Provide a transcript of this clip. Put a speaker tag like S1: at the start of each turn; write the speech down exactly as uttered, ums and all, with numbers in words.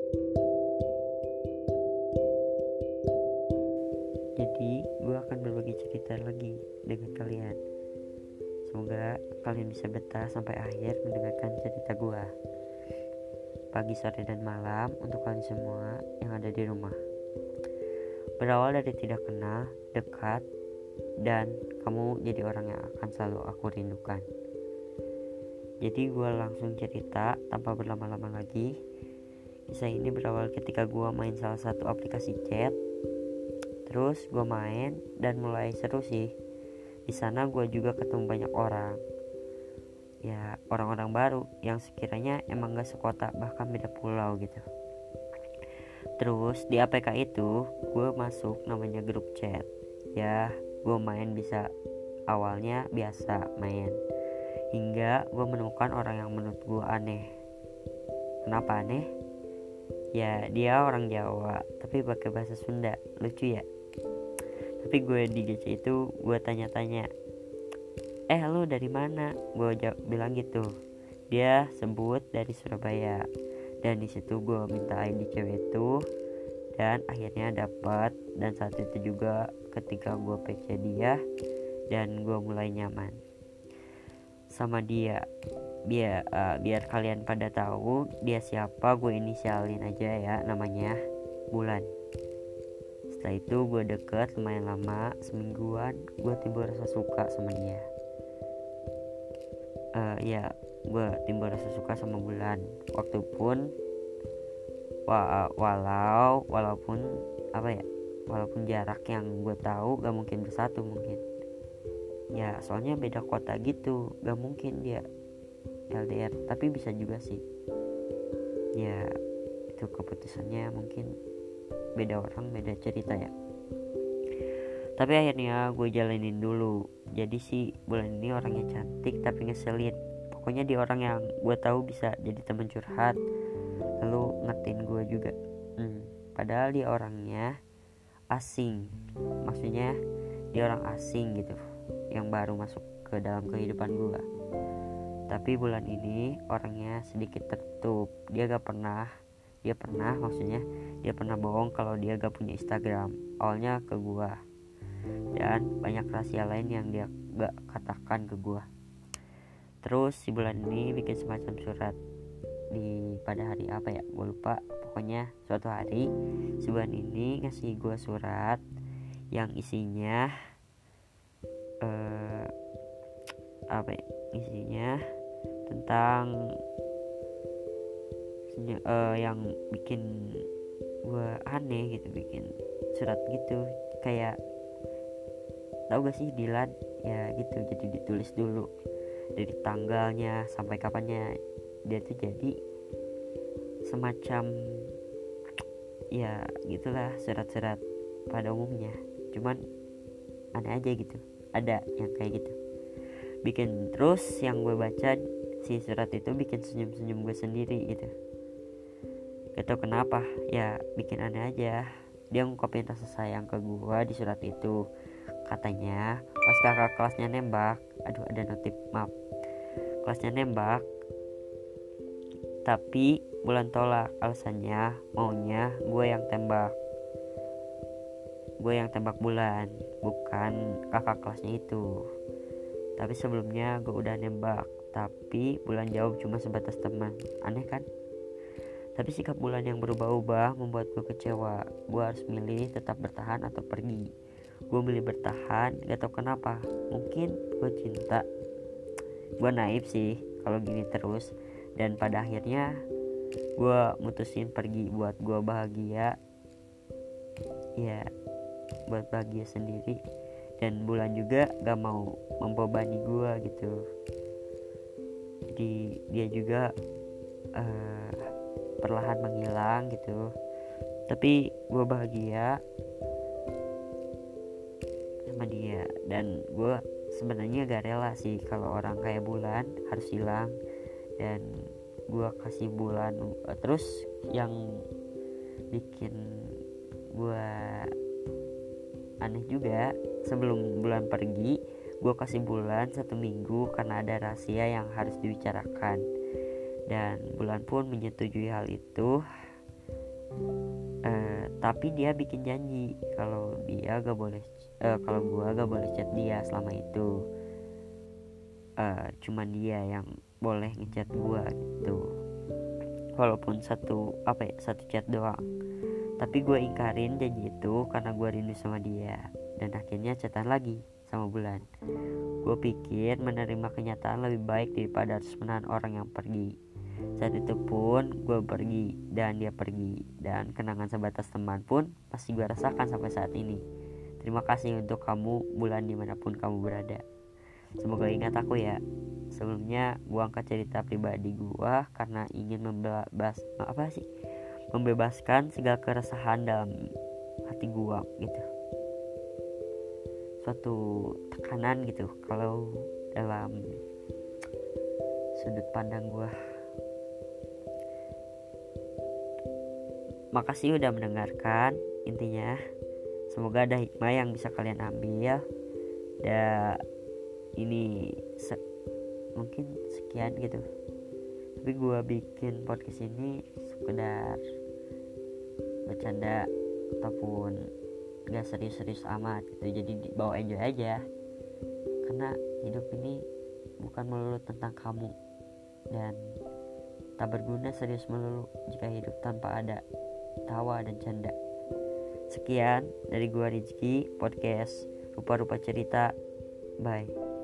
S1: Jadi gue akan berbagi cerita lagi dengan kalian. Semoga kalian bisa betah sampai akhir mendengarkan cerita gue. Pagi, sore, dan malam untuk kalian semua yang ada di rumah. Berawal dari tidak kenal, dekat, dan kamu jadi orang yang akan selalu aku rindukan. Jadi gue langsung cerita tanpa berlama-lama lagi. Kisah ini berawal ketika gue main salah satu aplikasi chat. Terus gue main dan mulai seru sih. Di sana gue juga ketemu banyak orang. Ya, orang-orang baru yang sekiranya emang gak sekota, bahkan beda pulau gitu. Terus di A P K itu gue masuk namanya grup chat. Ya, gue main bisa awalnya biasa main, hingga gue menemukan orang yang menurut gue aneh. Kenapa aneh? Ya, dia orang Jawa tapi pakai bahasa Sunda. Lucu ya. Tapi gue di G C itu gue tanya-tanya, eh lu dari mana? Gue jawab, bilang gitu. Dia sebut dari Surabaya. Dan di situ gue minta I D cewek itu, dan akhirnya dapat. Dan saat itu juga ketika gue P C dia, dan gue mulai nyaman sama dia. Biar uh, biar kalian pada tahu dia siapa, gue inisialin aja ya, namanya Bulan. Setelah itu gue deket lumayan lama, semingguan gue timbul rasa suka sama dia. Uh, ya, gue timbul rasa suka sama Bulan. Waktu pun wa- walau walaupun apa ya, walaupun jarak yang gue tahu gak mungkin bersatu mungkin. Ya soalnya beda kota gitu, gak mungkin dia L D R, tapi bisa juga sih. Ya itu keputusannya, mungkin beda orang beda cerita ya. Tapi akhirnya gue jalanin dulu. Jadi sih Bulan ini orangnya cantik tapi ngeselin. Pokoknya dia orang yang gue tahu bisa jadi teman curhat, lalu ngertiin gue juga. hmm, Padahal dia orangnya asing. Maksudnya dia orang asing gitu, yang baru masuk ke dalam kehidupan gue. Tapi Bulan ini orangnya sedikit tertutup. Dia gak pernah Dia pernah maksudnya Dia pernah bohong kalau dia gak punya Instagram. Awalnya ke gue. Dan banyak rahasia lain yang dia gak katakan ke gue. Terus si Bulan ini bikin semacam surat di pada hari apa ya, gue lupa. Pokoknya suatu hari si Bulan ini ngasih gue surat yang isinya eh, apa ya, isinya tentang uh, yang bikin gue aneh gitu, bikin surat gitu kayak, tau gak sih Dilan ya gitu. Jadi ditulis dulu dari tanggalnya sampai kapannya. Dia tuh jadi semacam ya gitulah, surat-surat pada umumnya, cuman aneh aja gitu, ada yang kayak gitu bikin. Terus yang gue baca si surat itu bikin senyum-senyum gue sendiri gitu. Gak tau kenapa, ya bikin aneh aja. Dia ngungkapin rasa sayang ke gue di surat itu. Katanya pas kakak kelasnya nembak, aduh ada notif, maaf, kelasnya nembak, tapi Bulan tolak. Alasannya maunya gue yang tembak. Gue yang tembak Bulan, bukan kakak kelasnya itu. Tapi sebelumnya gue udah nembak, tapi Bulan jawab cuma sebatas teman. Aneh kan? Tapi sikap Bulan yang berubah-ubah membuat gue kecewa. Gue harus milih tetap bertahan atau pergi. Gue milih bertahan, gak tau kenapa. Mungkin gue cinta. Gue naif sih kalau gini terus. Dan pada akhirnya gue mutusin pergi buat gue bahagia. Ya, buat bahagia sendiri. Dan Bulan juga gak mau membebani gue gitu. Jadi dia juga uh, perlahan menghilang gitu. Tapi gue bahagia sama dia. Dan gue sebenarnya gak rela sih kalau orang kayak Bulan harus hilang. Dan gue kasih Bulan uh, terus yang bikin gue aneh juga, sebelum Bulan pergi gue kasih Bulan satu minggu karena ada rahasia yang harus dibicarakan. Dan Bulan pun menyetujui hal itu. uh, tapi dia bikin janji kalau dia gak boleh uh, kalau gua gak boleh chat dia selama itu. Uh, cuman dia yang boleh ngechat gua gitu, walaupun satu apa ya satu chat doang. Tapi gue ingkarin janji itu karena gue rindu sama dia. Dan akhirnya chatan lagi sama Bulan. Gue pikir menerima kenyataan lebih baik daripada harus menahan orang yang pergi. Saat itu pun gue pergi dan dia pergi. Dan kenangan sebatas teman pun masih gue rasakan sampai saat ini. Terima kasih untuk kamu Bulan dimanapun kamu berada. Semoga ingat aku ya. Sebelumnya gue angkat cerita pribadi gue karena ingin membahas apa sih membebaskan segala keresahan dalam hati gua gitu, suatu tekanan gitu kalau dalam sudut pandang gua. Makasih udah mendengarkan. Intinya semoga ada hikmah yang bisa kalian ambil. Dan ini se- mungkin sekian gitu. Tapi gue bikin podcast ini sekedar bercanda ataupun gak serius-serius amat gitu. Jadi bawa enjoy aja. Karena hidup ini bukan melulu tentang kamu. Dan tak berguna serius melulu jika hidup tanpa ada tawa dan canda. Sekian dari gue Rizky, podcast Rupa-Rupa Cerita. Bye.